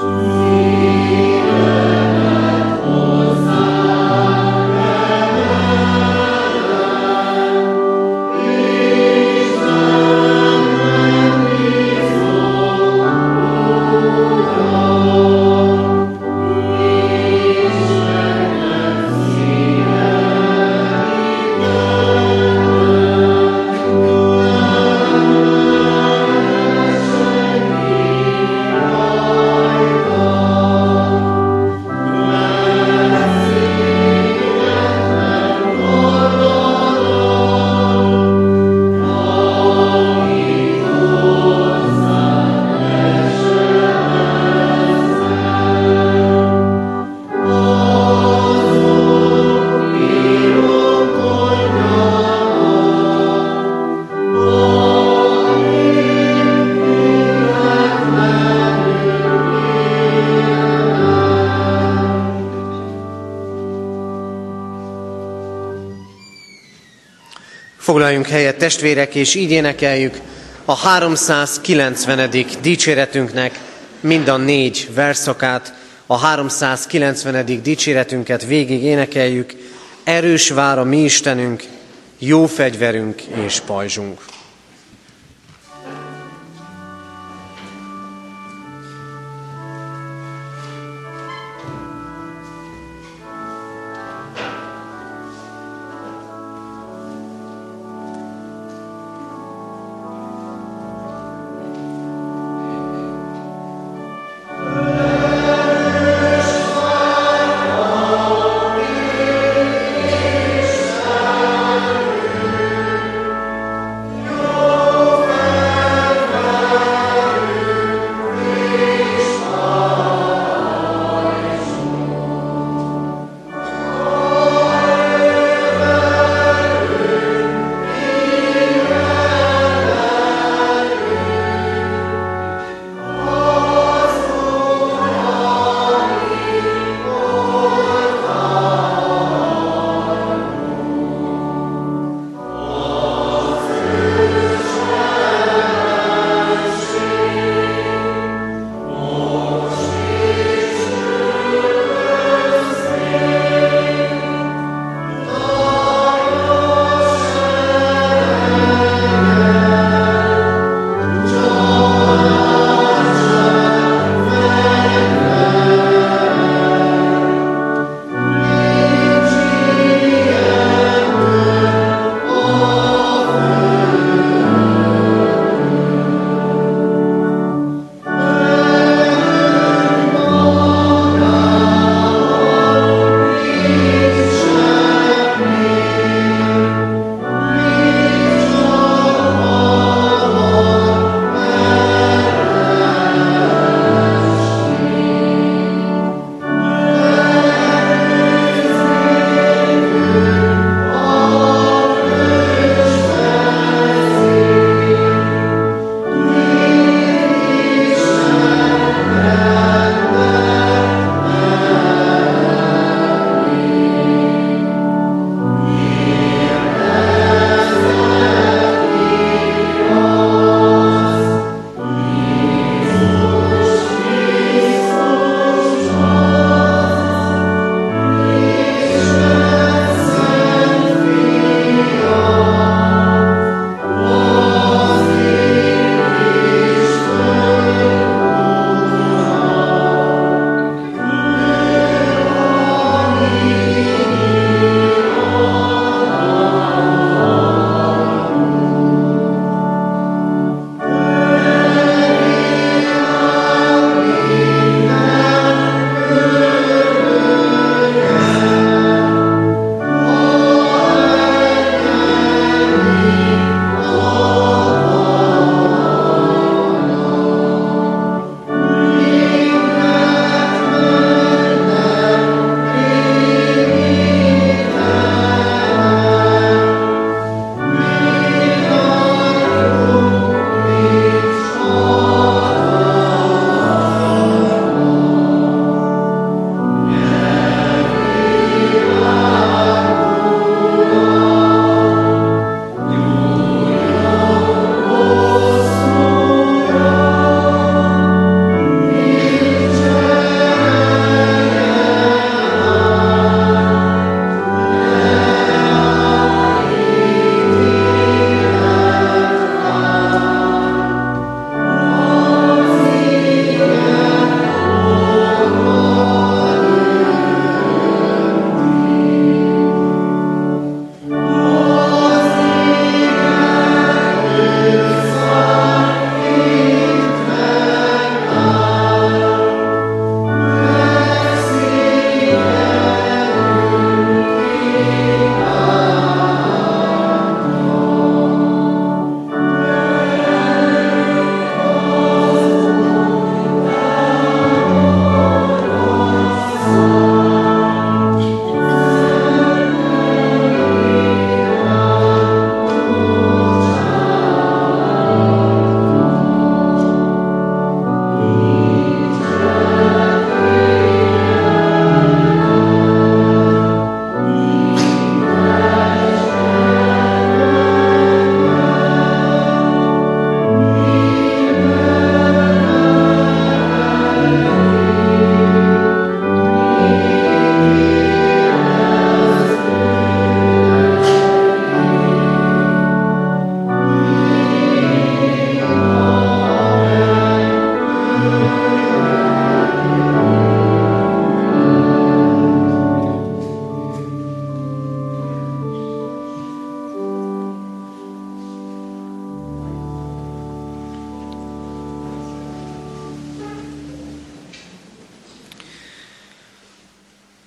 Foglaljunk helyet, testvérek, és így énekeljük a 390. dicséretünknek mind a 4 verszakát. A 390. dicséretünket végig énekeljük. Erős vár a mi Istenünk, jó fegyverünk és pajzsunk.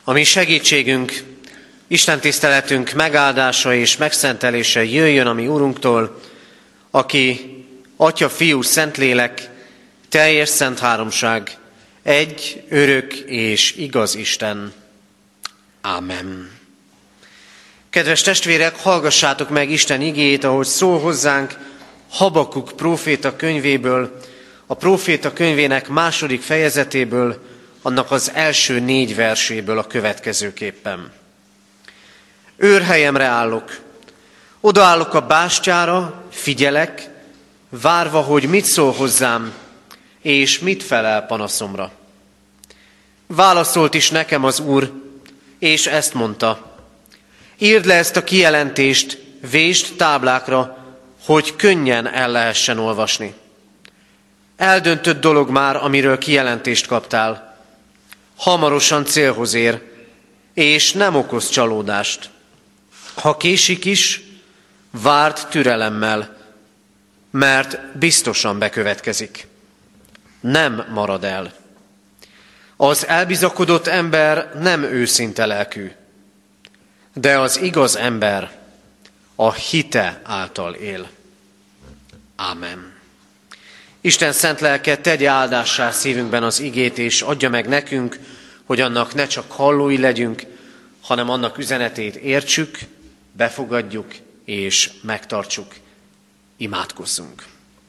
A mi segítségünk, Isten tiszteletünk megáldása és megszentelése jöjjön a mi Urunktól, aki Atya, Fiú, Szentlélek, teljes szent háromság, egy, örök és igaz Isten. Ámen. Kedves testvérek, hallgassátok meg Isten igéjét, ahogy szól hozzánk Habakuk próféta könyvéből, a próféta könyvének 2. fejezetéből, annak az első 4 verséből a következőképpen. Őrhelyemre állok, odaállok a bástyára, figyelek, várva, hogy mit szól hozzám, és mit felel panaszomra. Válaszolt is nekem az Úr, és ezt mondta: írd le ezt a kijelentést, vésd táblákra, hogy könnyen el lehessen olvasni. Eldöntött dolog már, amiről kijelentést kaptál. Hamarosan célhoz ér, és nem okoz csalódást. Ha késik is, várd türelemmel, mert biztosan bekövetkezik. Nem marad el. Az elbizakodott ember nem őszinte lelkű, de az igaz ember a hite által él. Ámen. Isten szent lelke tegye áldássá szívünkben az igét, és adja meg nekünk, hogy annak ne csak hallói legyünk, hanem annak üzenetét értsük, befogadjuk és megtartsuk. Imádkozzunk.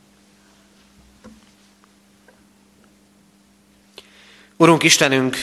Urunk Istenünk,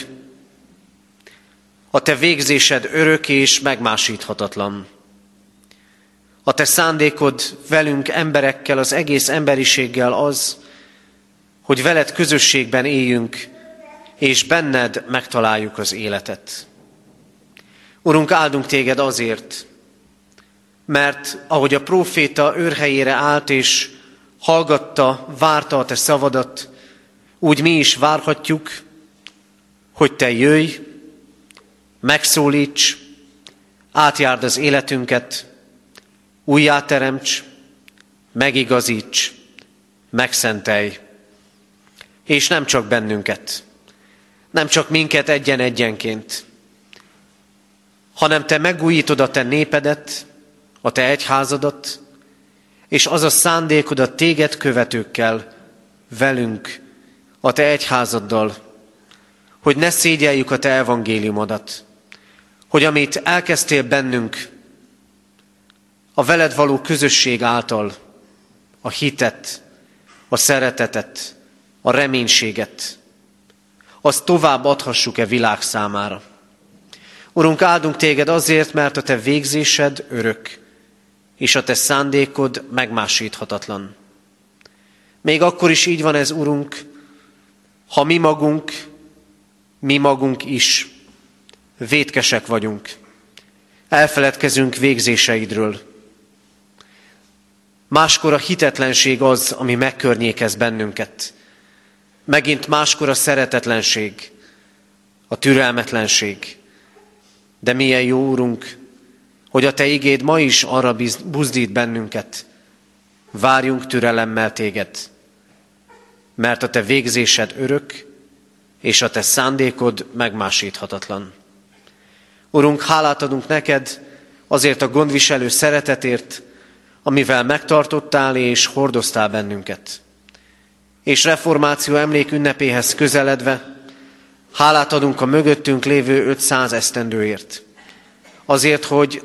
a Te végzésed örök és megmásíthatatlan. A Te szándékod velünk, emberekkel, az egész emberiséggel az, hogy veled közösségben éljünk, és benned megtaláljuk az életet. Urunk, áldunk Téged azért, mert ahogy a próféta őrhelyére állt és hallgatta, várta a Te szavadat, úgy mi is várhatjuk, hogy Te jöjj, megszólíts, átjárd az életünket, újjáteremts, megigazíts, megszentelj. És nem csak bennünket, nem csak minket egyen-egyenként, hanem Te megújítod a Te népedet, a Te egyházadat, és az a szándékod a Téged követőkkel, velünk, a Te egyházaddal, hogy ne szégyeljük a Te evangéliumodat, hogy amit elkezdtél bennünk, a veled való közösség által, a hitet, a szeretetet, a reménységet, azt tovább adhassuk-e világ számára. Urunk, áldunk Téged azért, mert a Te végzésed örök, és a Te szándékod megmásíthatatlan. Még akkor is így van ez, Urunk, ha mi magunk is vétkesek vagyunk, elfeledkezünk végzéseidről. Máskor a hitetlenség az, ami megkörnyékez bennünket. Megint máskor a szeretetlenség, a türelmetlenség. De milyen jó, Urunk, hogy a Te igéd ma is arra buzdít bennünket. Várjunk türelemmel Téged, mert a Te végzésed örök, és a Te szándékod megmásíthatatlan. Urunk, hálát adunk neked azért a gondviselő szeretetért, amivel megtartottál és hordoztál bennünket. És reformáció emlék ünnepéhez közeledve hálát adunk a mögöttünk lévő 500 esztendőért. Azért, hogy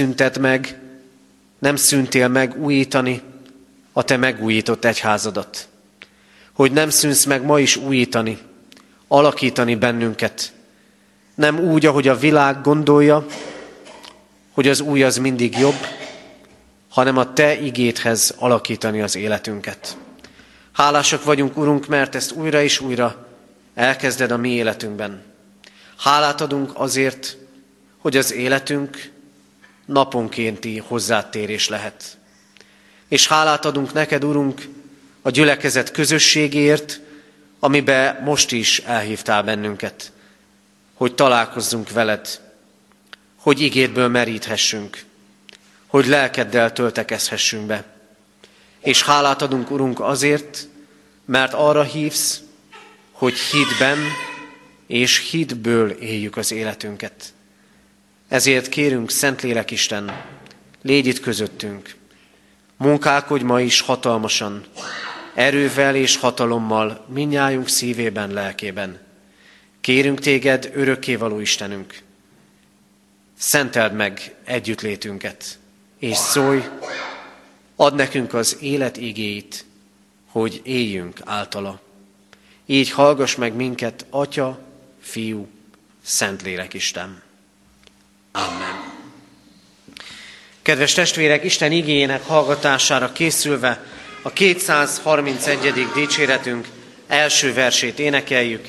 nem szűntél meg újítani a Te megújított egyházadat. Hogy nem szűnsz meg ma is újítani, alakítani bennünket. Nem úgy, ahogy a világ gondolja, hogy az új az mindig jobb, hanem a Te igédhez alakítani az életünket. Hálásak vagyunk, Urunk, mert ezt újra és újra elkezded a mi életünkben. Hálát adunk azért, hogy az életünk naponkénti hozzátérés lehet. És hálát adunk neked, Urunk, a gyülekezet közösségért, amiben most is elhívtál bennünket, hogy találkozzunk veled, hogy igédből meríthessünk, hogy lelkeddel töltekezhessünk be. És hálát adunk, Urunk, azért, mert arra hívsz, hogy hitben és hitből éljük az életünket. Ezért kérünk, Szentlélek Isten, légy itt közöttünk, munkálkodj ma is hatalmasan, erővel és hatalommal mindnyájunk szívében, lelkében. Kérünk téged, örökkévaló Istenünk, szenteld meg együttlétünket, és szólj, add nekünk az élet igéit, hogy éljünk általa. Így hallgass meg minket, Atya, Fiú, Szentlélek Isten. Amen. Kedves testvérek, Isten igéjének hallgatására készülve a 231. dicséretünk első versét énekeljük.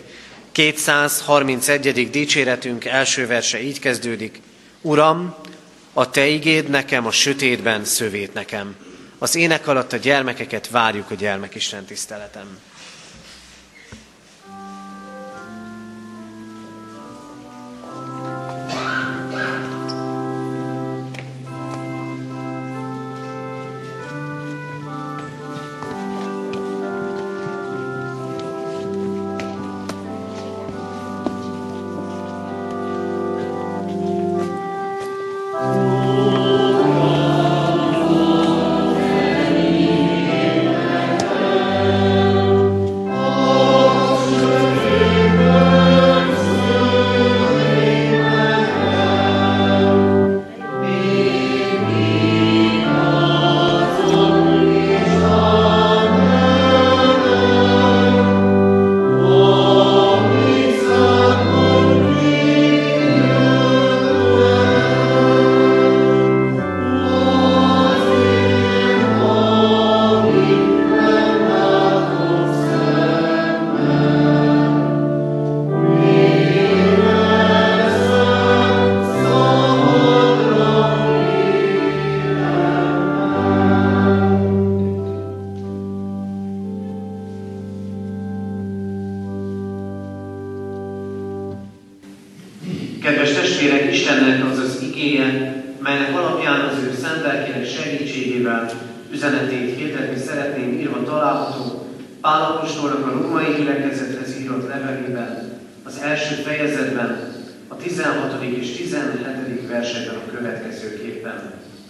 231. dicséretünk első verse így kezdődik. Uram, a te igéd nekem, a sötétben szövét nekem. Az ének alatt a gyermekeket várjuk a gyermekisten tiszteleten. Kedves testvérek, Istennek az az igéje, melynek alapján az ő szent lelkének segítségével üzenetét hirdetni szeretném, írva található Pál apostolnak a római gyülekezethez írott levelében, az első fejezetben, a 16. és 17. versekben a következőképpen.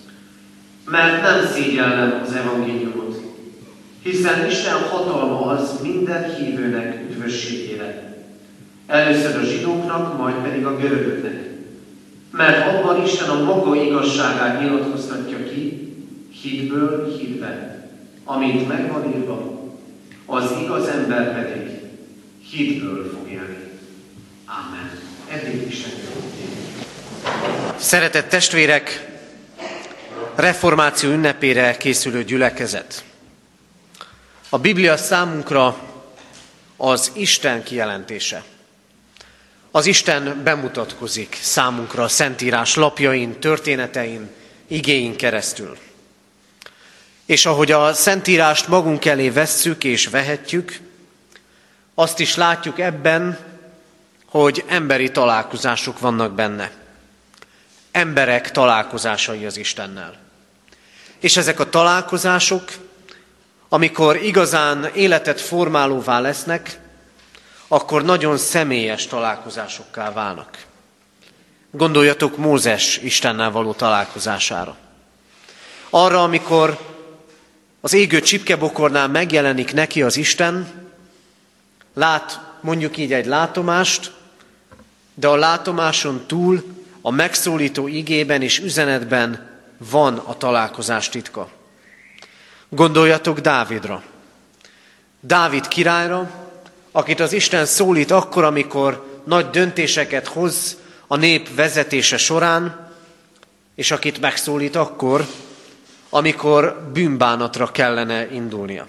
Mert nem szégyellem az evangéliumot, hiszen Isten hatalma az minden hívőnek üdvösségére. Először a zsidóknak, majd pedig a görögöknek. Mert abban Isten a maga igazságát nyilatkoztatja ki, hitből hitbe, amint megvan írva, az igaz ember pedig hitből fog élni. Amen. Eddig Isten Szeretett testvérek, reformáció ünnepére készülő gyülekezet. A Biblia számunkra az Isten kijelentése. Az Isten bemutatkozik számunkra a Szentírás lapjain, történetein, igéin keresztül. És ahogy a Szentírást magunk elé vesszük és vehetjük, azt is látjuk ebben, hogy emberi találkozások vannak benne. Emberek találkozásai az Istennel. És ezek a találkozások, amikor igazán életet formálóvá lesznek, akkor nagyon személyes találkozásokká válnak. Gondoljatok Mózes Istennel való találkozására. Arra, amikor az égő csipkebokornál megjelenik neki az Isten, lát mondjuk így egy látomást, de a látomáson túl a megszólító igében és üzenetben van a találkozás titka. Gondoljatok Dávidra. Dávid királyra, akit az Isten szólít akkor, amikor nagy döntéseket hoz a nép vezetése során, és akit megszólít akkor, amikor bűnbánatra kellene indulnia.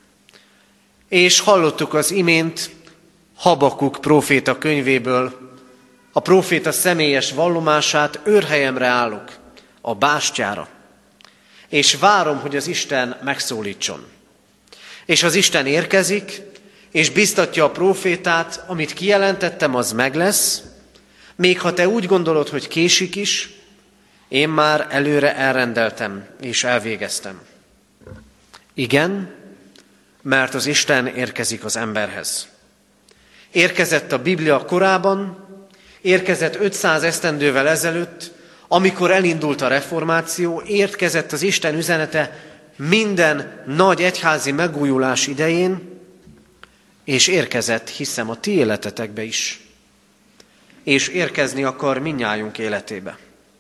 És hallottuk az imént Habakuk próféta könyvéből, a próféta személyes vallomását: őrhelyemre állok, a bástyára, és várom, hogy az Isten megszólítson. És az Isten érkezik, és biztatja a prófétát, amit kijelentettem, az meg lesz, még ha te úgy gondolod, hogy késik is, én már előre elrendeltem és elvégeztem. Igen, mert az Isten érkezik az emberhez. Érkezett a Biblia korában, érkezett 500 esztendővel ezelőtt, amikor elindult a reformáció, érkezett az Isten üzenete minden nagy egyházi megújulás idején, és érkezett, hiszem, a ti életetekbe is. És érkezni akar mindnyájunk életébe.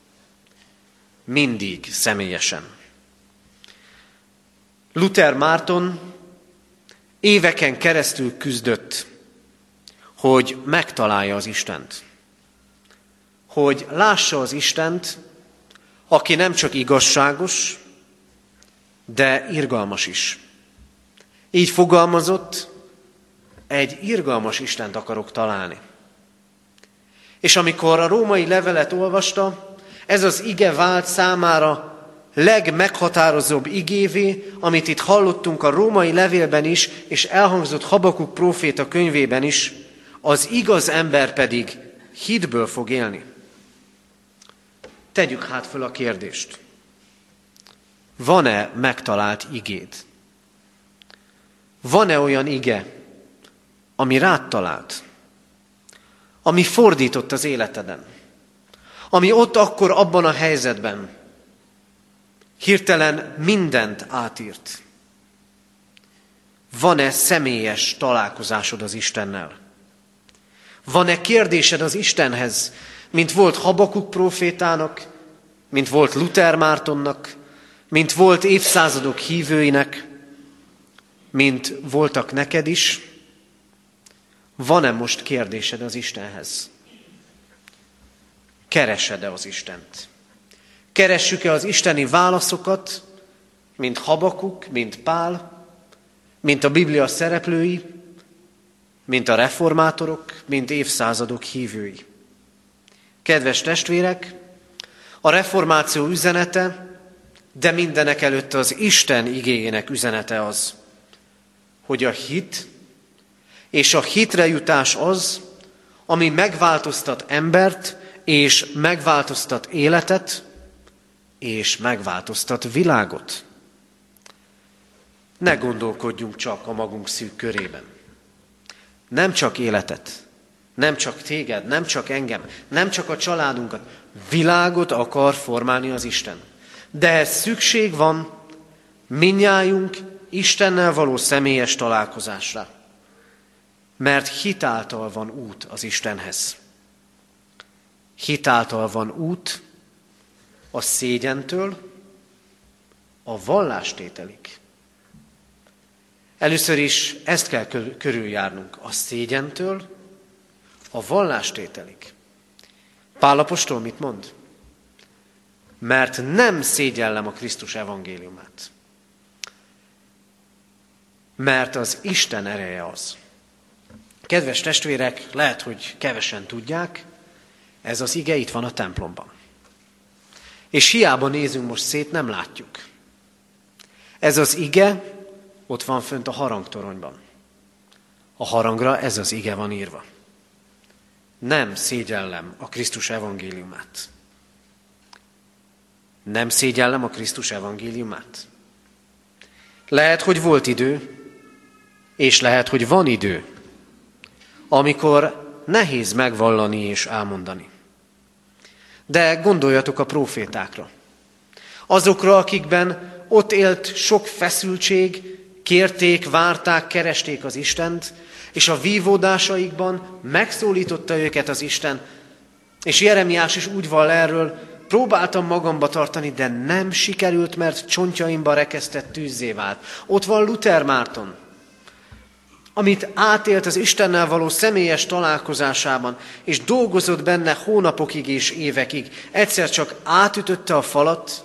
Mindig személyesen. Luther Márton éveken keresztül küzdött, hogy megtalálja az Istent. Hogy lássa az Istent, aki nem csak igazságos, de irgalmas is. Így fogalmazott, egy irgalmas Istent akarok találni. És amikor a római levelet olvasta, ez az ige vált számára legmeghatározóbb igévé, amit itt hallottunk a római levélben is, és elhangzott Habakuk próféta könyvében is, az igaz ember pedig hitből fog élni. Tegyük hát föl a kérdést. Van-e megtalált igéd? Van-e olyan ige, ami rád talált? Ami fordított az életeden? Ami ott akkor abban a helyzetben hirtelen mindent átírt? Van-e személyes találkozásod az Istennel? Van-e kérdésed az Istenhez, mint volt Habakuk prófétának, mint volt Luther Mártonnak, mint volt évszázadok hívőinek, mint voltak neked is? Van-e most kérdésed az Istenhez? Keresed-e az Istent? Keressük-e az isteni válaszokat, mint Habakuk, mint Pál, mint a Biblia szereplői, mint a reformátorok, mint évszázadok hívői? Kedves testvérek, a reformáció üzenete, de mindenek előtt az Isten igéjének üzenete az, hogy a hit és a hitre jutás az, ami megváltoztat embert, és megváltoztat életet, és megváltoztat világot. Ne gondolkodjunk csak a magunk szűk körében. Nem csak életet, nem csak téged, nem csak engem, nem csak a családunkat. Világot akar formálni az Isten. De ehhez szükség van mindnyájunk Istennel való személyes találkozásra. Mert hitáltal van út az Istenhez. Hitáltal van út a szégyentől a vallástételig. Először is ezt kell körüljárnunk, a szégyentől a vallástételig. Pál apostol mit mond? Mert nem szégyellem a Krisztus evangéliumát. Mert az Isten ereje az. Kedves testvérek, lehet, hogy kevesen tudják, ez az ige itt van a templomban. És hiába nézünk most szét, nem látjuk. Ez az ige ott van fönt a harangtoronyban. A harangra ez az ige van írva. Nem szégyellem a Krisztus evangéliumát. Nem szégyellem a Krisztus evangéliumát. Lehet, hogy volt idő, és lehet, hogy van idő, amikor nehéz megvallani és elmondani. De gondoljatok a prófétákra. Azokra, akikben ott élt sok feszültség, kérték, várták, keresték az Istent, és a vívódásaikban megszólította őket az Isten. És Jeremiás is úgy vall erről, próbáltam magamba tartani, de nem sikerült, mert csontjaimba rekesztett tűzzé vált. Ott van Luther Márton, amit átélt az Istennel való személyes találkozásában, és dolgozott benne hónapokig és évekig. Egyszer csak átütötte a falat,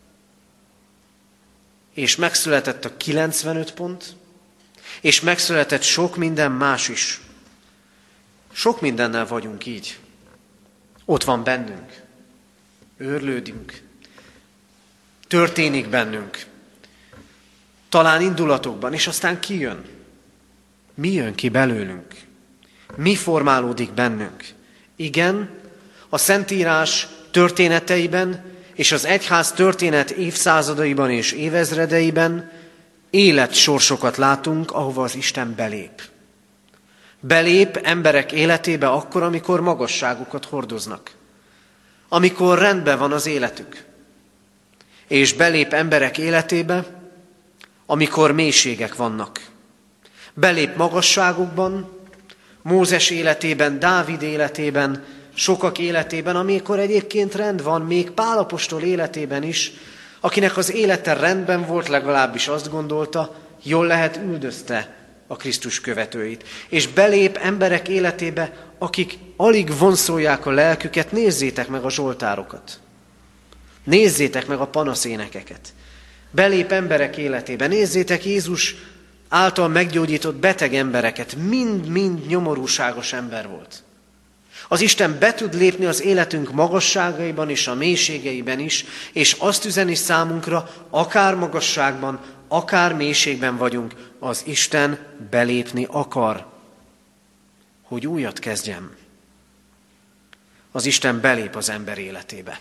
és megszületett a 95 pont, és megszületett sok minden más is. Sok mindennel vagyunk így. Ott van bennünk. Őrlődünk. Történik bennünk. Talán indulatokban, és aztán kijön. Mi jön ki belőlünk? Mi formálódik bennünk? Igen, a Szentírás történeteiben és az egyház történet évszázadaiban és évezredeiben életsorsokat látunk, ahova az Isten belép. Belép emberek életébe akkor, amikor magasságukat hordoznak. Amikor rendben van az életük. És belép emberek életébe, amikor mélységek vannak. Belép magasságukban, Mózes életében, Dávid életében, sokak életében, amikor egyébként rend van, még Pál apostol életében is, akinek az élete rendben volt, legalábbis azt gondolta, jól lehet üldözte a Krisztus követőit. És belép emberek életébe, akik alig vonszolják a lelküket, nézzétek meg a zsoltárokat. Nézzétek meg a panaszénekeket. Belép emberek életébe, nézzétek Jézus által meggyógyított beteg embereket, mind-mind nyomorúságos ember volt. Az Isten be tud lépni az életünk magasságaiban és a mélységeiben is, és azt üzeni számunkra, akár magasságban, akár mélységben vagyunk, az Isten belépni akar, hogy újat kezdjem. Az Isten belép az ember életébe.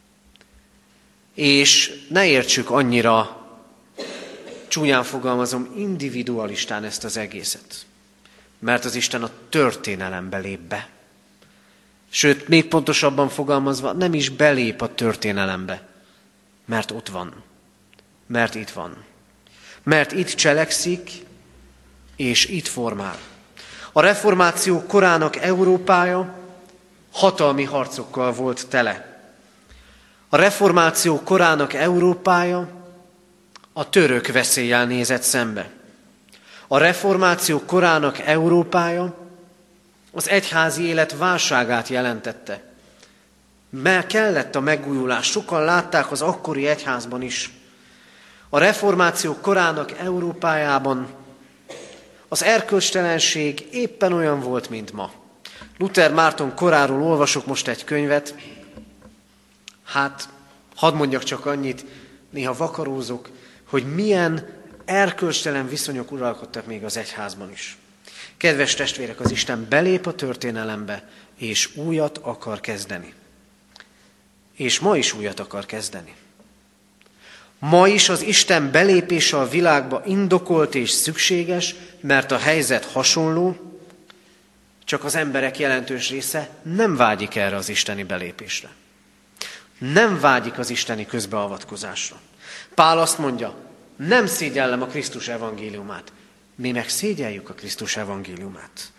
És ne értsük annyira, csúnyán fogalmazom, individualistán ezt az egészet. Mert az Isten a történelembe lép be. Sőt, még pontosabban fogalmazva, nem is belép a történelembe. Mert ott van. Mert itt van. Mert itt cselekszik, és itt formál. A reformáció korának Európája hatalmi harcokkal volt tele. A reformáció korának Európája a török veszéllyel nézett szembe. A reformáció korának Európája az egyházi élet válságát jelentette. Mert kellett a megújulás, sokan látták az akkori egyházban is. A reformáció korának Európájában az erkölcstelenség éppen olyan volt, mint ma. Luther Márton koráról olvasok most egy könyvet. Hát, hadd mondjak csak annyit, néha vakarózok, hogy milyen erkölcstelen viszonyok uralkodtak még az egyházban is. Kedves testvérek, az Isten belép a történelembe, és újat akar kezdeni. És ma is újat akar kezdeni. Ma is az Isten belépése a világba indokolt és szükséges, mert a helyzet hasonló, csak az emberek jelentős része nem vágyik erre az isteni belépésre. Nem vágyik az isteni közbeavatkozásra. Pál azt mondja, nem szégyellem a Krisztus evangéliumát. Mi meg szégyeljük a Krisztus evangéliumát.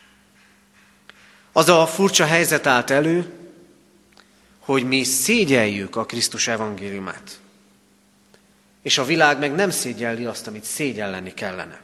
Az a furcsa helyzet állt elő, hogy mi szégyeljük a Krisztus evangéliumát. És a világ meg nem szégyelli azt, amit szégyelleni kellene.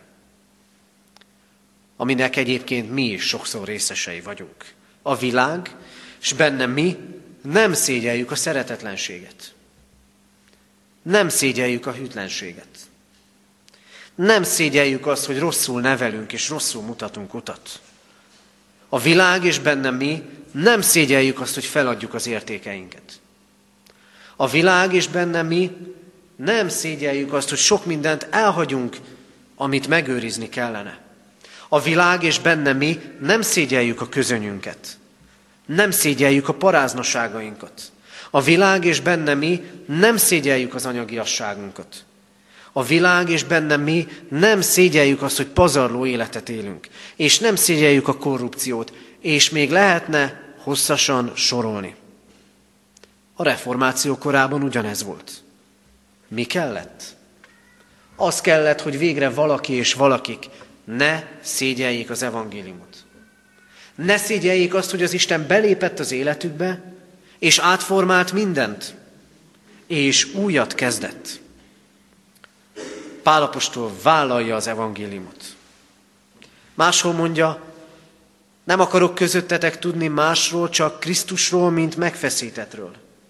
Aminek egyébként mi is sokszor részesei vagyunk. A világ, és benne mi nem szégyeljük a szeretetlenséget. Nem szégyeljük a hűtlenséget. Nem szégyeljük azt, hogy rosszul nevelünk és rosszul mutatunk utat. A világ és benne mi nem szégyeljük azt, hogy feladjuk az értékeinket. A világ és benne mi nem szégyeljük azt, hogy sok mindent elhagyunk, amit megőrizni kellene. A világ és benne mi nem szégyeljük a közönyünket. Nem szégyeljük a paráznaságainkat. A világ és benne mi nem szégyeljük az anyagiasságunkat. A világ és benne mi nem szégyeljük azt, hogy pazarló életet élünk. És nem szégyeljük a korrupciót. És még lehetne hosszasan sorolni. A reformáció korában ugyanez volt. Mi kellett? Az kellett, hogy végre valaki és valakik ne szégyeljék az evangéliumot. Ne szégyeljék azt, hogy az Isten belépett az életükbe, és átformált mindent, és újat kezdett. Pál apostol vállalja az evangéliumot. Máshol mondja, nem akarok közöttetek tudni másról, csak Krisztusról, mint megfeszítettről.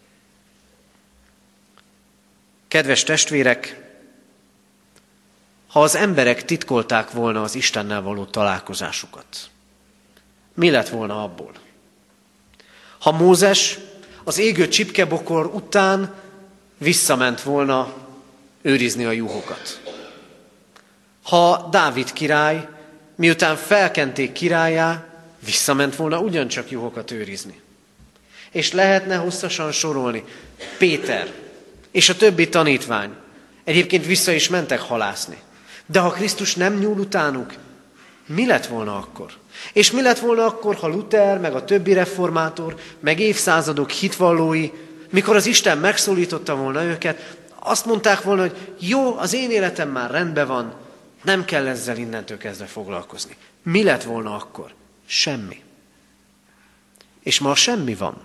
Kedves testvérek, ha az emberek titkolták volna az Istennel való találkozásukat, mi lett volna abból? Ha Mózes az égő csipkebokor után visszament volna őrizni a juhokat. Ha Dávid király, miután felkenték királyá, visszament volna ugyancsak juhokat őrizni. És lehetne hosszasan sorolni. Péter és a többi tanítvány egyébként vissza is mentek halászni. De ha Krisztus nem nyúl utánuk, Mi lett volna akkor? És mi lett volna akkor, ha Luther, meg a többi reformátor, meg évszázadok hitvallói, mikor az Isten megszólította volna őket, azt mondták volna, hogy jó, az én életem már rendben van, nem kell ezzel innentől kezdve foglalkozni. Mi lett volna akkor? Semmi. És ma semmi van.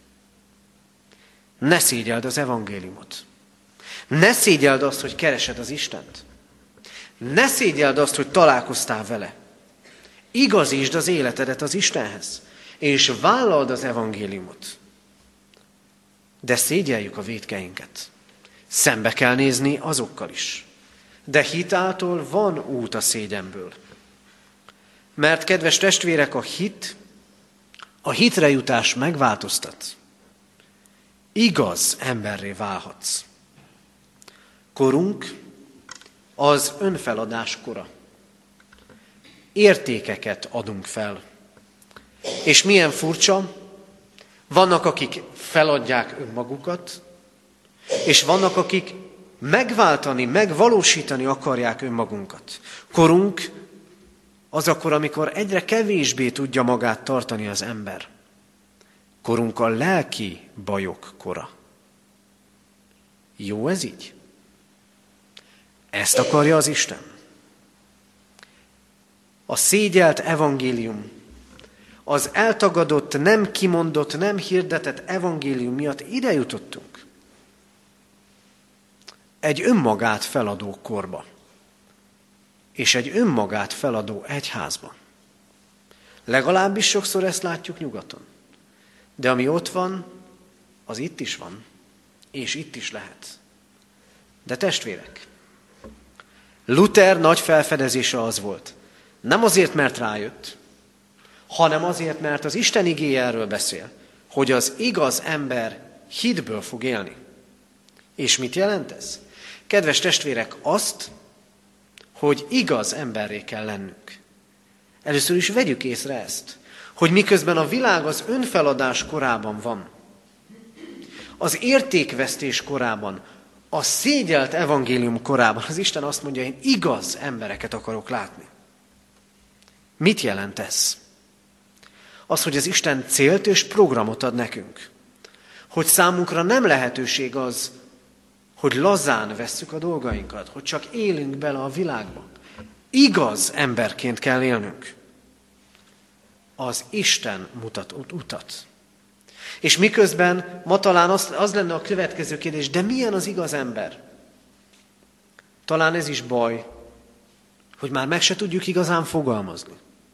Ne szégyeld az evangéliumot. Ne szégyeld azt, hogy keresed az Istent. Ne szégyeld azt, hogy találkoztál vele. Igazítsd az életedet az Istenhez, és vállald az evangéliumot. De szégyeljük a vétkeinket. Szembe kell nézni azokkal is. De hitáltól van út a szégyenből. Mert, kedves testvérek, a hitre jutás megváltoztat. Igaz emberré válhatsz. Korunk az önfeladás kora. Értékeket adunk fel. És milyen furcsa, vannak, akik feladják önmagukat, és vannak, akik megváltani, megvalósítani akarják önmagunkat. Korunk az akkor, amikor egyre kevésbé tudja magát tartani az ember. Korunk a lelki bajok kora. Jó ez így? Ezt akarja az Isten. A szégyelt evangélium, az eltagadott, nem kimondott, nem hirdetett evangélium miatt ide jutottunk. Egy önmagát feladó korba. És egy önmagát feladó egyházba. Legalábbis sokszor ezt látjuk nyugaton. De ami ott van, az itt is van. És itt is lehet. De testvérek, Luther nagy felfedezése az volt. Nem azért, mert rájött, hanem azért, mert az Isten igéje erről beszél, hogy az igaz ember hitből fog élni. És mit jelent ez? Kedves testvérek, azt, hogy igaz emberré kell lennünk. Először is vegyük észre ezt, hogy miközben a világ az önfeladás korában van, az értékvesztés korában, a szégyelt evangélium korában, az Isten azt mondja, én igaz embereket akarok látni. Mit jelent ez? Az, hogy az Isten célt és programot ad nekünk. Hogy számunkra nem lehetőség az, hogy lazán vesszük a dolgainkat, hogy csak élünk bele a világba. Igaz emberként kell élnünk. Az Isten mutat utat. És miközben ma talán az lenne a következő kérdés, de milyen az igaz ember? Talán ez is baj, hogy már meg se tudjuk igazán fogalmazni.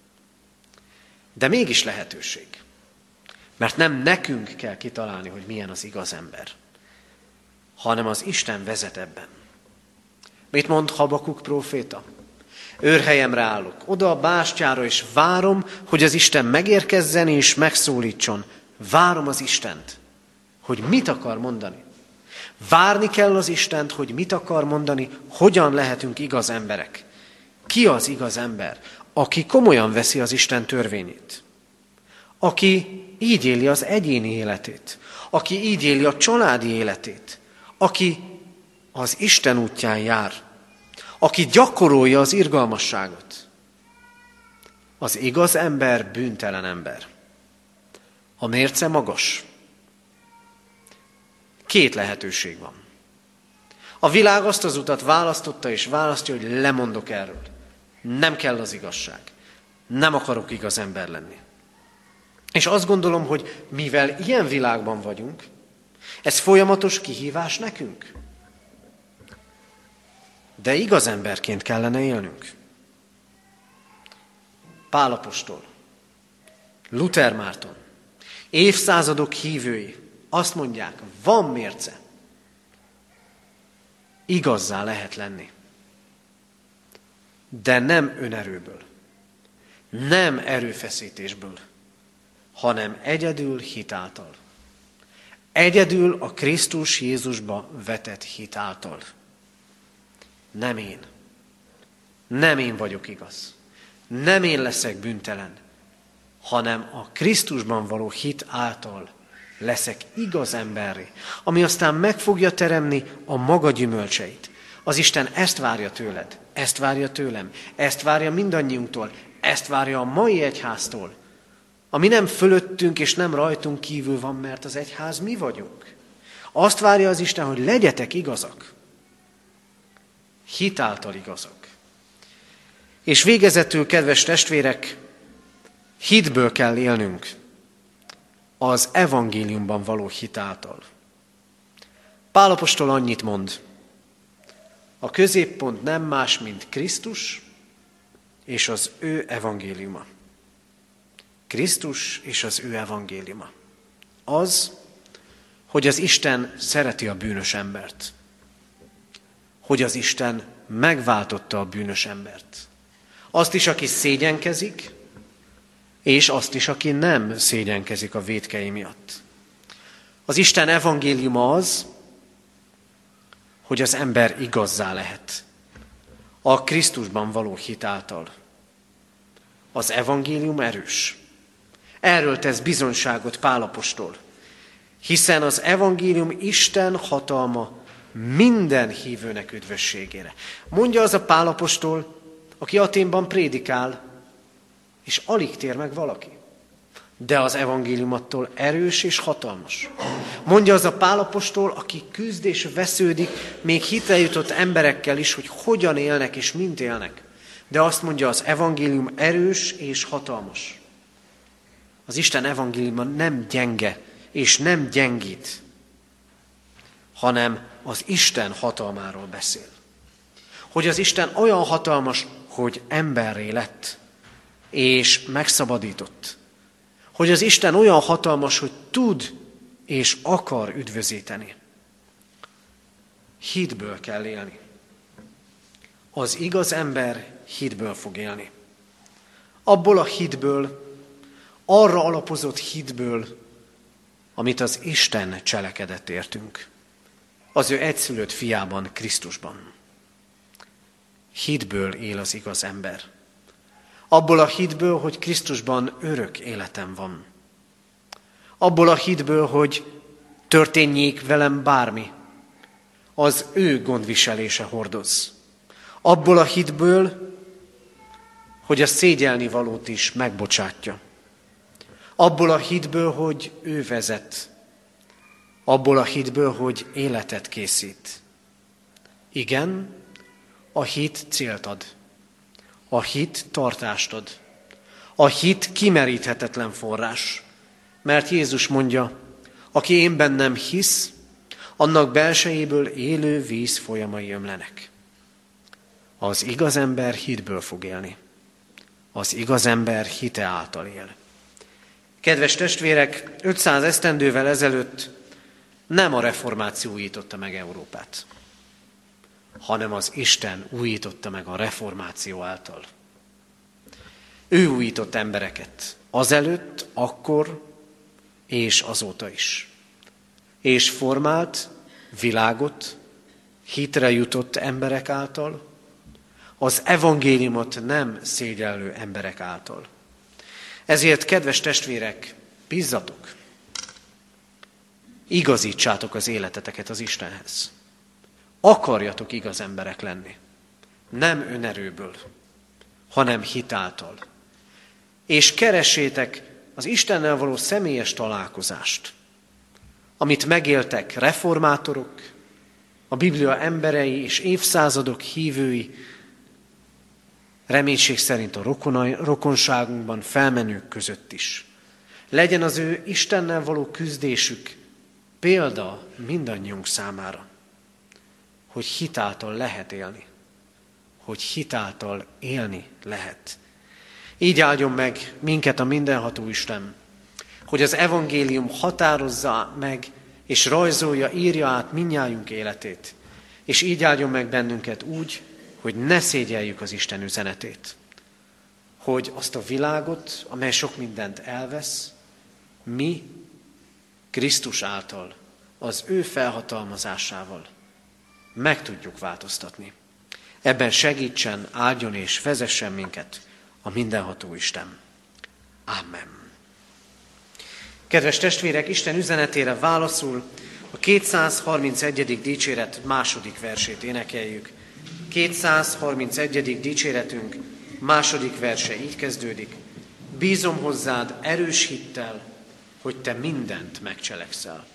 De mégis lehetőség. Mert nem nekünk kell kitalálni, hogy milyen az igaz ember, hanem az Isten vezet ebben. Mit mond Habakuk próféta? Őrhelyemre állok, oda a bástyára, és várom, hogy az Isten megérkezzen és megszólítson. Várom az Istent, hogy mit akar mondani. Várni kell az Istent, hogy mit akar mondani, hogyan lehetünk igaz emberek. Ki az igaz ember? Aki komolyan veszi az Isten törvényét. Aki így éli az egyéni életét. Aki így éli a családi életét. Aki az Isten útján jár. Aki gyakorolja az irgalmasságot. Az igaz ember bűntelen ember. A mérce magas. Két lehetőség van. A világ azt az utat választotta és választja, hogy lemondok erről. Nem kell az igazság. Nem akarok igaz ember lenni. És azt gondolom, hogy mivel ilyen világban vagyunk, ez folyamatos kihívás nekünk. De igaz emberként kellene élnünk. Pál apostol, Luther Márton, évszázadok hívői azt mondják, van mérce. Igazzá lehet lenni. De nem önerőből, nem erőfeszítésből, hanem egyedül hit által. Egyedül a Krisztus Jézusba vetett hit által. Nem én. Nem én vagyok igaz. Nem én leszek bűntelen, hanem a Krisztusban való hit által leszek igaz emberré, ami aztán meg fogja teremni a maga gyümölcseit. Az Isten ezt várja tőled, ezt várja tőlem, ezt várja mindannyiunktól, Ezt várja a mai egyháztól, ami nem fölöttünk és nem rajtunk kívül van, mert az egyház mi vagyunk. Azt várja az Isten, hogy legyetek igazak. Hitáltal igazak. És végezetül, kedves testvérek, hitből kell élnünk. Az evangéliumban való hitáltal. Pál apostol annyit mond. A középpont nem más, mint Krisztus és az ő evangéliuma. Krisztus és az ő evangéliuma. Az, hogy az Isten szereti a bűnös embert. Hogy az Isten megváltotta a bűnös embert. Azt is, aki szégyenkezik, és azt is, aki nem szégyenkezik a vétkei miatt. Az Isten evangéliuma az, hogy az ember igazzá lehet a Krisztusban való hit által. Az evangélium erős. Erről tesz bizonyságot Pál apostol, hiszen az evangélium Isten hatalma minden hívőnek üdvösségére. Mondja az a Pál apostol, aki Athénban prédikál, és alig tér meg valaki. De az evangélium attól erős és hatalmas. Mondja az a Pál apostol, aki küzd és vesződik, még hitre jutott emberekkel is, hogy hogyan élnek és mint élnek. De azt mondja, az evangélium erős és hatalmas. Az Isten evangéliuma nem gyenge és nem gyengít, hanem az Isten hatalmáról beszél. Hogy az Isten olyan hatalmas, hogy emberré lett és megszabadított. Hogy az Isten olyan hatalmas, hogy tud és akar üdvözíteni. Hitből kell élni. Az igaz ember hitből fog élni. Abból a hitből, arra alapozott hitből, amit az Isten cselekedett értünk. Az ő egyszülött fiában, Krisztusban. Hitből él az igaz ember. Abból a hitből, hogy Krisztusban örök életem van. Abból a hitből, hogy történjék velem bármi, az ő gondviselése hordoz. Abból a hitből, hogy a szégyelni valót is megbocsátja. Abból a hitből, hogy ő vezet. Abból a hitből, hogy életet készít. Igen, a hit célt ad. A hit tartást ad. A hit kimeríthetetlen forrás. Mert Jézus mondja, aki én bennem hisz, annak belsejéből élő víz folyamai ömlenek. Az igaz ember hitből fog élni. Az igaz ember hite által él. Kedves testvérek, 500 esztendővel ezelőtt nem a reformáció újította meg Európát, hanem az Isten újította meg a reformáció által. Ő újított embereket, azelőtt, akkor és azóta is. És formált világot hitre jutott emberek által, az evangéliumot nem szégyellő emberek által. Ezért, kedves testvérek, bízzatok, igazítsátok az életeteket az Istenhez. Akarjatok igaz emberek lenni. Nem önerőből, hanem hitáltal. És keressétek az Istennel való személyes találkozást, amit megéltek reformátorok, a Biblia emberei és évszázadok hívői, reménység szerint a rokonságunkban felmenők között is. Legyen az ő Istennel való küzdésük példa mindannyiunk számára, hogy hitáltal lehet élni, hogy hitáltal élni lehet. Így áldjon meg minket a mindenható Isten, hogy az evangélium határozza meg és rajzolja, írja át mindnyájunk életét, és így áldjon meg bennünket úgy, hogy ne szégyeljük az Isten üzenetét, hogy azt a világot, amely sok mindent elvesz, mi Krisztus által, az ő felhatalmazásával meg tudjuk változtatni. Ebben segítsen, áldjon és vezessen minket a mindenható Isten. Amen. Kedves testvérek, Isten üzenetére válaszul a 231. dicséret második versét énekeljük. 231. dicséretünk Második verse így kezdődik. Bízom hozzád erős hittel, hogy te mindent megcselekszel.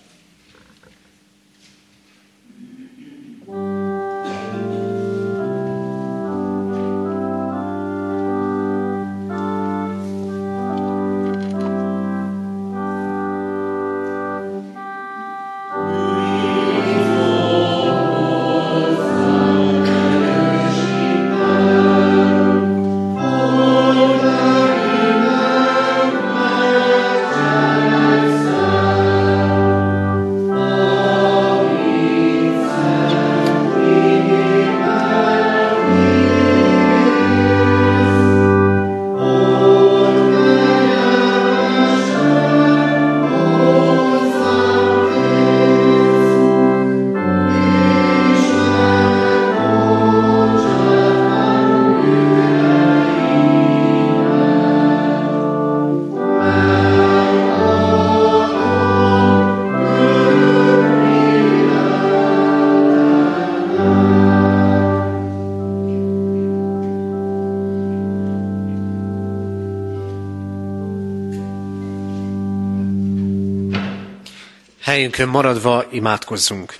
Helyünkön maradva imádkozzunk.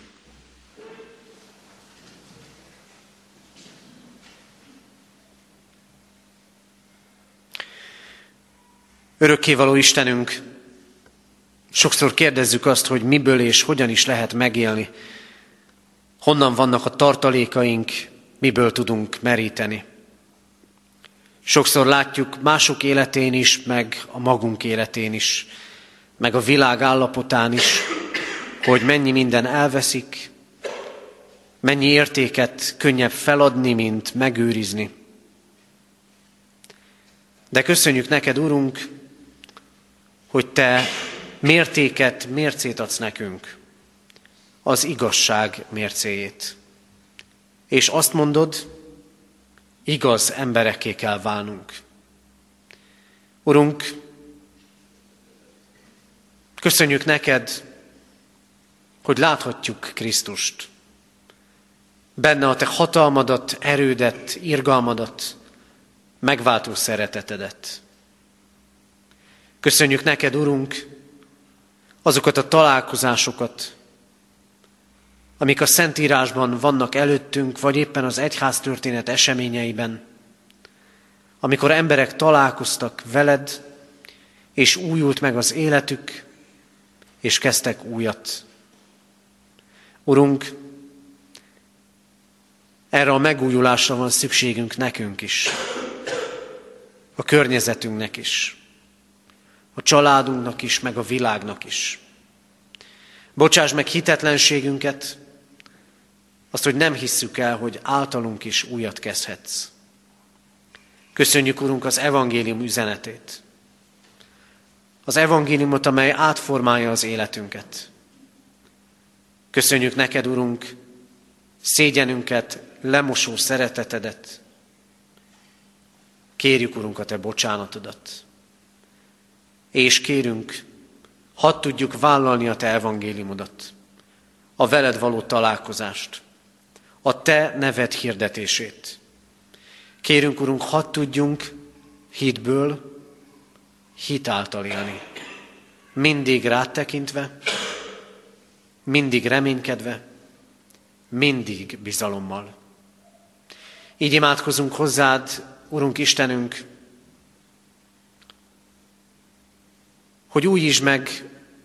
Örökkévaló Istenünk, sokszor kérdezzük azt, hogy miből és hogyan is lehet megélni. Honnan vannak a tartalékaink, miből tudunk meríteni. Sokszor látjuk mások életén is, meg a magunk életén is, meg a világ állapotán is, hogy mennyi minden elveszik, mennyi értéket könnyebb feladni, mint megőrizni. De köszönjük neked, Urunk, hogy te mércét adsz nekünk, az igazság mércéjét. És azt mondod, igaz emberekké kell válnunk. Urunk, köszönjük neked, hogy láthatjuk Krisztust. Benne a te hatalmadat, erődet, irgalmadat, megváltó szeretetedet. Köszönjük neked, Urunk, azokat a találkozásokat, amik a Szentírásban vannak előttünk, vagy éppen az egyháztörténet eseményeiben, amikor emberek találkoztak veled, és újult meg az életük, és kezdtek újat. Urunk, erre a megújulásra van szükségünk nekünk is, a környezetünknek is, a családunknak is, meg a világnak is. Bocsáss meg hitetlenségünket, azt, hogy nem hisszük el, hogy általunk is újat kezdhetsz. Köszönjük, Urunk, az evangélium üzenetét. Az evangéliumot, amely átformálja az életünket. Köszönjük neked, Urunk, szégyenünket, lemosó szeretetedet. Kérjük, Urunk, a te bocsánatodat. És kérünk, hadd tudjuk vállalni a te evangéliumodat, a veled való találkozást, a te neved hirdetését. Kérünk, Urunk, hadd tudjunk hitből, hit által élni. Mindig rád tekintve, mindig reménykedve, mindig bizalommal. Így imádkozunk hozzád, Urunk Istenünk, hogy újítsd meg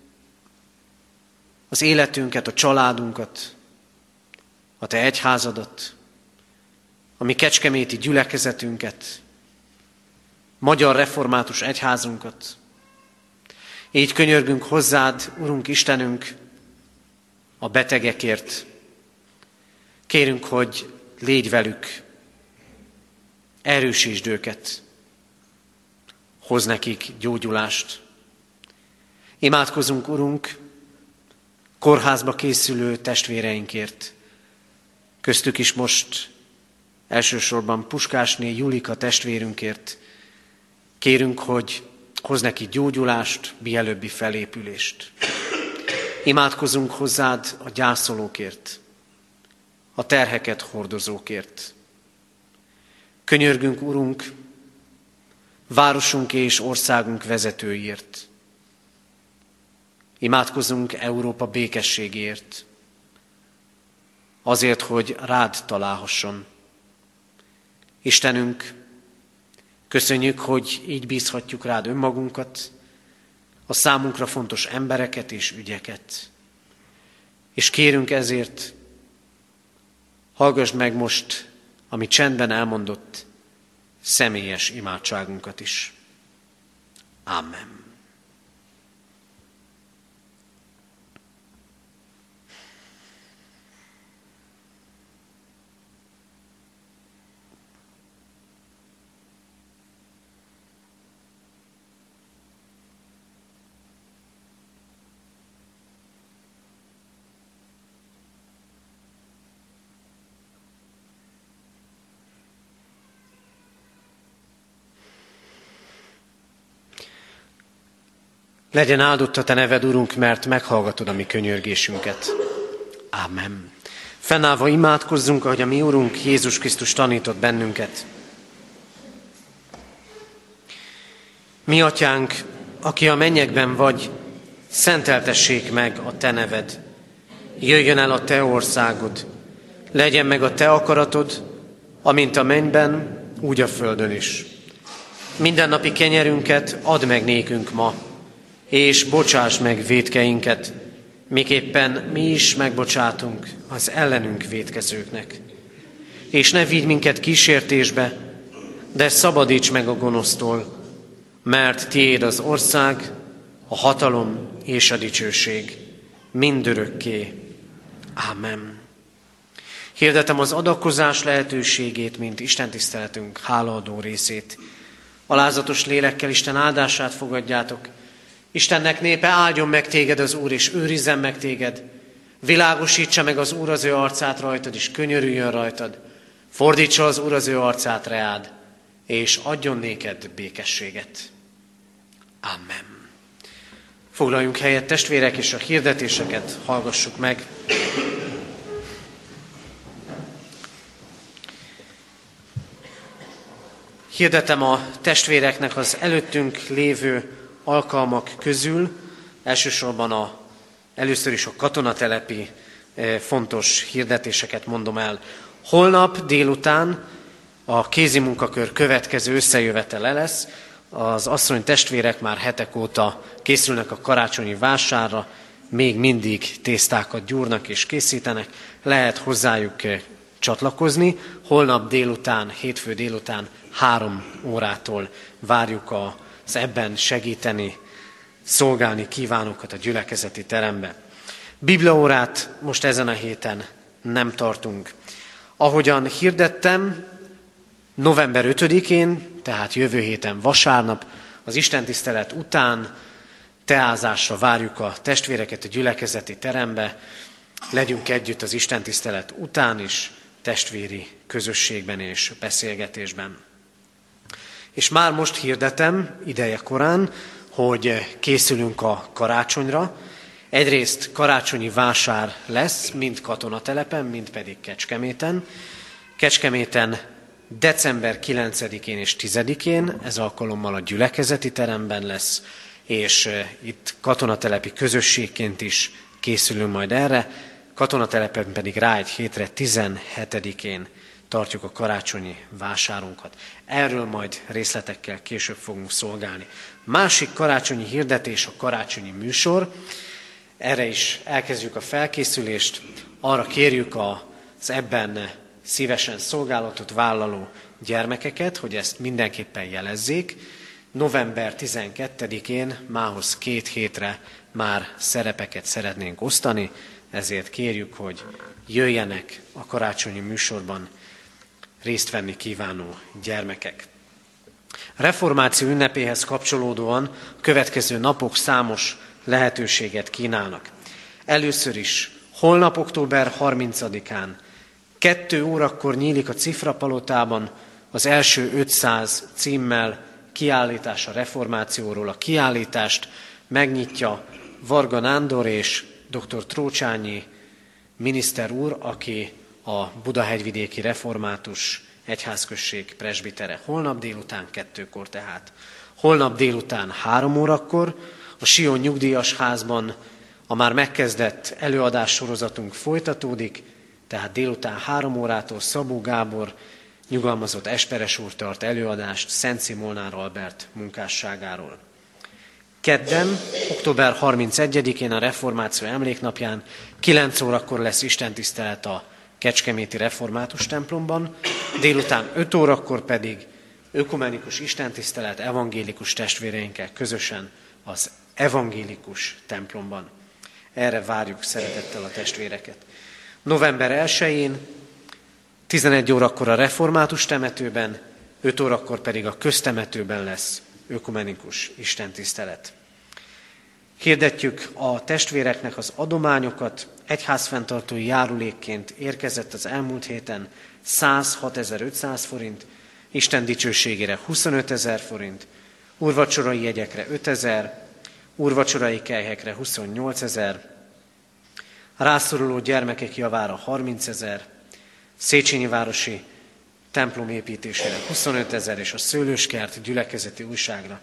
az életünket, a családunkat, a te egyházadat, a mi kecskeméti gyülekezetünket, magyar református egyházunkat. Így könyörgünk hozzád, Urunk Istenünk, a betegekért. Kérünk, hogy légy velük, erősítsd őket, hoz nekik gyógyulást. Imádkozunk, Urunk, kórházba készülő testvéreinkért. Köztük is most elsősorban Puskásné Julika testvérünkért. Kérünk, hogy hoz neki gyógyulást, mielőbbi felépülést. Imádkozunk hozzád a gyászolókért, a terheket hordozókért. Könyörgünk, Urunk, városunk és országunk vezetőiért. Imádkozunk Európa békességért, azért, hogy rád találhasson. Istenünk, köszönjük, hogy így bízhatjuk rád önmagunkat, a számunkra fontos embereket és ügyeket. És kérünk ezért, hallgass meg most, ami csendben elmondott, személyes imádságunkat is. Amen. Legyen áldott a te neved, Urunk, mert meghallgatod a mi könyörgésünket. Ámen. Fennállva imádkozzunk, ahogy a mi Urunk Jézus Krisztus tanított bennünket. Mi atyánk, aki a mennyekben vagy, szenteltessék meg a te neved. Jöjjön el a te országod. Legyen meg a te akaratod, amint a mennyben, úgy a földön is. Mindennapi kenyerünket add meg nékünk ma, és bocsáss meg vétkeinket, miképpen mi is megbocsátunk az ellenünk vétkezőknek. És ne vigy minket kísértésbe, de szabadíts meg a gonosztól, mert tiéd az ország, a hatalom és a dicsőség mindörökké. Ámen. Hirdetem az adakozás lehetőségét, mint istentiszteletünk hálaadó részét. Alázatos lélekkel Isten áldását fogadjátok. Istennek népe, áldjon meg téged az Úr, és őrizzen meg téged. Világosítsa meg az Úr az ő arcát rajtad, és könyörüljön rajtad. Fordítsa az Úr az ő arcát reád, és adjon néked békességet. Amen. Foglaljunk helyet, testvérek, és a hirdetéseket hallgassuk meg. Hirdetem a testvéreknek az előttünk lévő alkalmak közül, elsősorban először is a katonatelepi fontos hirdetéseket mondom el. Holnap délután a kézimunkakör következő összejövetele lesz. Az asszony testvérek már hetek óta készülnek a karácsonyi vásárra, még mindig tésztákat gyúrnak és készítenek, lehet hozzájuk csatlakozni. Holnap délután, hétfő délután 3 órától várjuk az ebben segíteni, szolgálni kívánókat a gyülekezeti terembe. Bibliaórát most ezen a héten nem tartunk. Ahogyan hirdettem, november 5-én, tehát jövő héten vasárnap, az istentisztelet után teázásra várjuk a testvéreket a gyülekezeti terembe. Legyünk együtt az istentisztelet után is, testvéri közösségben és beszélgetésben. És már most hirdetem, ideje korán, hogy készülünk a karácsonyra. Egyrészt karácsonyi vásár lesz, mind katonatelepen, mind pedig Kecskeméten. Kecskeméten december 9-én és 10-én, ez alkalommal a gyülekezeti teremben lesz, és itt katonatelepi közösségként is készülünk majd erre. Katonatelepen pedig rá egy hétre 17-én tartjuk a karácsonyi vásárunkat. Erről majd részletekkel később fogunk szolgálni. Másik karácsonyi hirdetés a karácsonyi műsor. Erre is elkezdjük a felkészülést. Arra kérjük az ebben szívesen szolgálatot vállaló gyermekeket, hogy ezt mindenképpen jelezzék. November 12-én, mához 2 hétre már szerepeket szeretnénk osztani, ezért kérjük, hogy jöjjenek a karácsonyi műsorban részt venni kívánó gyermekek. A reformáció ünnepéhez kapcsolódóan a következő napok számos lehetőséget kínálnak. Először is holnap október 30-án 2 órakor nyílik a Cifrapalotában az első 500 címmel kiállítás a reformációról. A kiállítást megnyitja Varga Nándor és dr. Trócsányi miniszter úr, aki a budahegyvidéki református egyházközség presbitere. Holnap délután 2-kor tehát. Holnap délután 3 órakor a Sion Nyugdíjas Házban a már megkezdett előadás sorozatunk folytatódik, tehát délután 3 órától Szabó Gábor, nyugalmazott Esperes úr tart előadást Szenci Molnár Albert munkásságáról. Kedden, október 31-én a Reformáció emléknapján 9 órakor lesz istentisztelet a Kecskeméti Református templomban, délután 5 órakor pedig ökumenikus istentisztelet evangélikus testvéreinkkel közösen az evangélikus templomban. Erre várjuk szeretettel a testvéreket. November 1-én 11 órakor a Református temetőben, 5 órakor pedig a köztemetőben lesz ökumenikus istentisztelet. Hirdetjük a testvéreknek az adományokat. Egyházfenntartói járulékként érkezett az elmúlt héten 106.500 forint, Isten dicsőségére 25.000 forint, úrvacsorai jegyekre 5.000, úrvacsorai kelyhekre 28.000, rászoruló gyermekek javára 30.000, Széchenyi városi templom építésére 25.000 és a Szőlőskert gyülekezeti újságra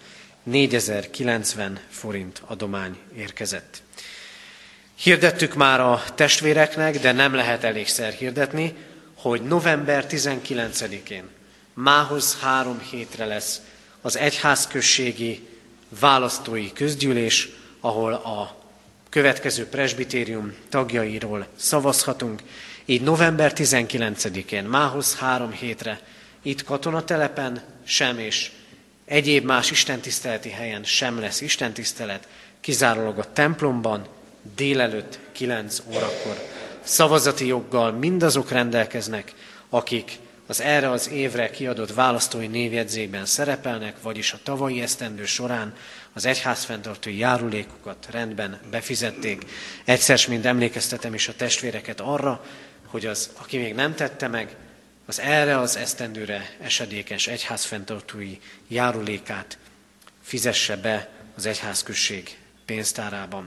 4.090 forint adomány érkezett. Hirdettük már a testvéreknek, de nem lehet elégszer hirdetni, hogy november 19-én mához 3 hétre lesz az egyházközségi választói közgyűlés, ahol a következő presbitérium tagjairól szavazhatunk. Így november 19-én mához 3 hétre itt katonatelepen sem és egyéb más istentiszteleti helyen sem lesz istentisztelet, kizárólag a templomban délelőtt 9 órakor. Szavazati joggal mindazok rendelkeznek, akik az erre az évre kiadott választói névjegyzékben szerepelnek, vagyis a tavalyi esztendő során az egyházfenntartói járulékokat rendben befizették. Egyszer mind emlékeztetem is a testvéreket arra, hogy az, aki még nem tette meg, az erre az esztendőre esedékes egyházfenntartói járulékát fizesse be az egyházközség pénztárában.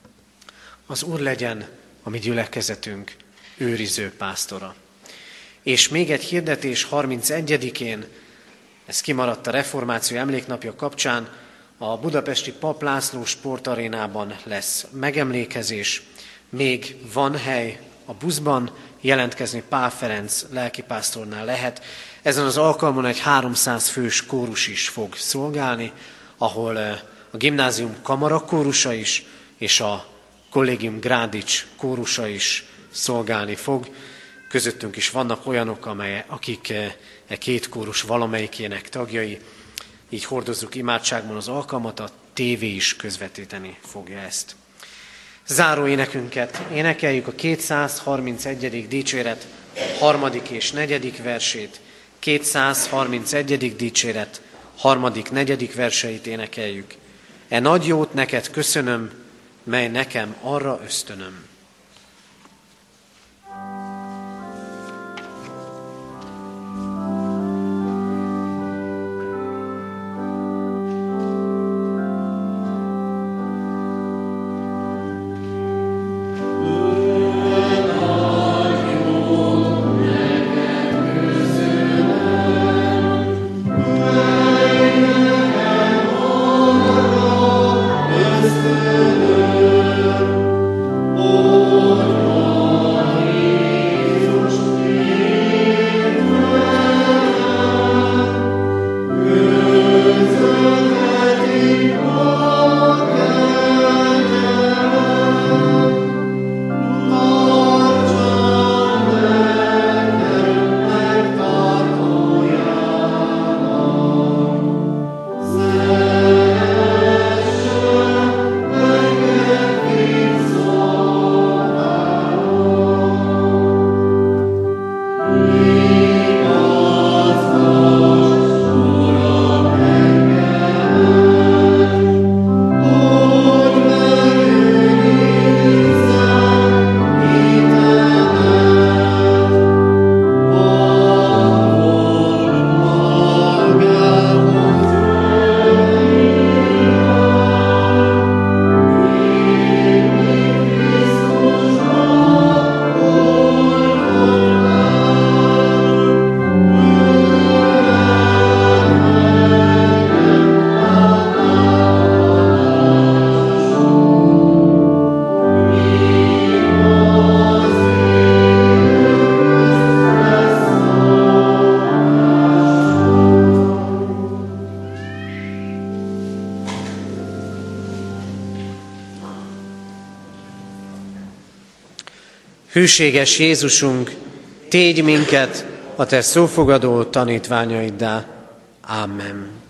Az Úr legyen a mi gyülekezetünk őriző pásztora. És még egy hirdetés 31-én, ez kimaradt a Reformáció emléknapja kapcsán, a budapesti Pap László sportarénában lesz megemlékezés, még van hely a buszban, jelentkezni Pál Ferenc lelkipásztornál lehet. Ezen az alkalmon egy 300 fős kórus is fog szolgálni, ahol a gimnázium kamarakórusa is, és a Collegium Grádics kórusa is szolgálni fog. Közöttünk is vannak olyanok, akik két kórus valamelyikének tagjai, így hordozzuk imádságban az alkalmat, a tévé is közvetíteni fogja ezt. Záró énekünket énekeljük, a 231. dicséret 3. és 4. versét, 231. dicséret 3., 4. verseit énekeljük. E nagy jót neked köszönöm, mely nekem arra ösztönöm. Oh Hűséges Jézusunk, tégy minket a te szófogadó tanítványaiddá. Amen.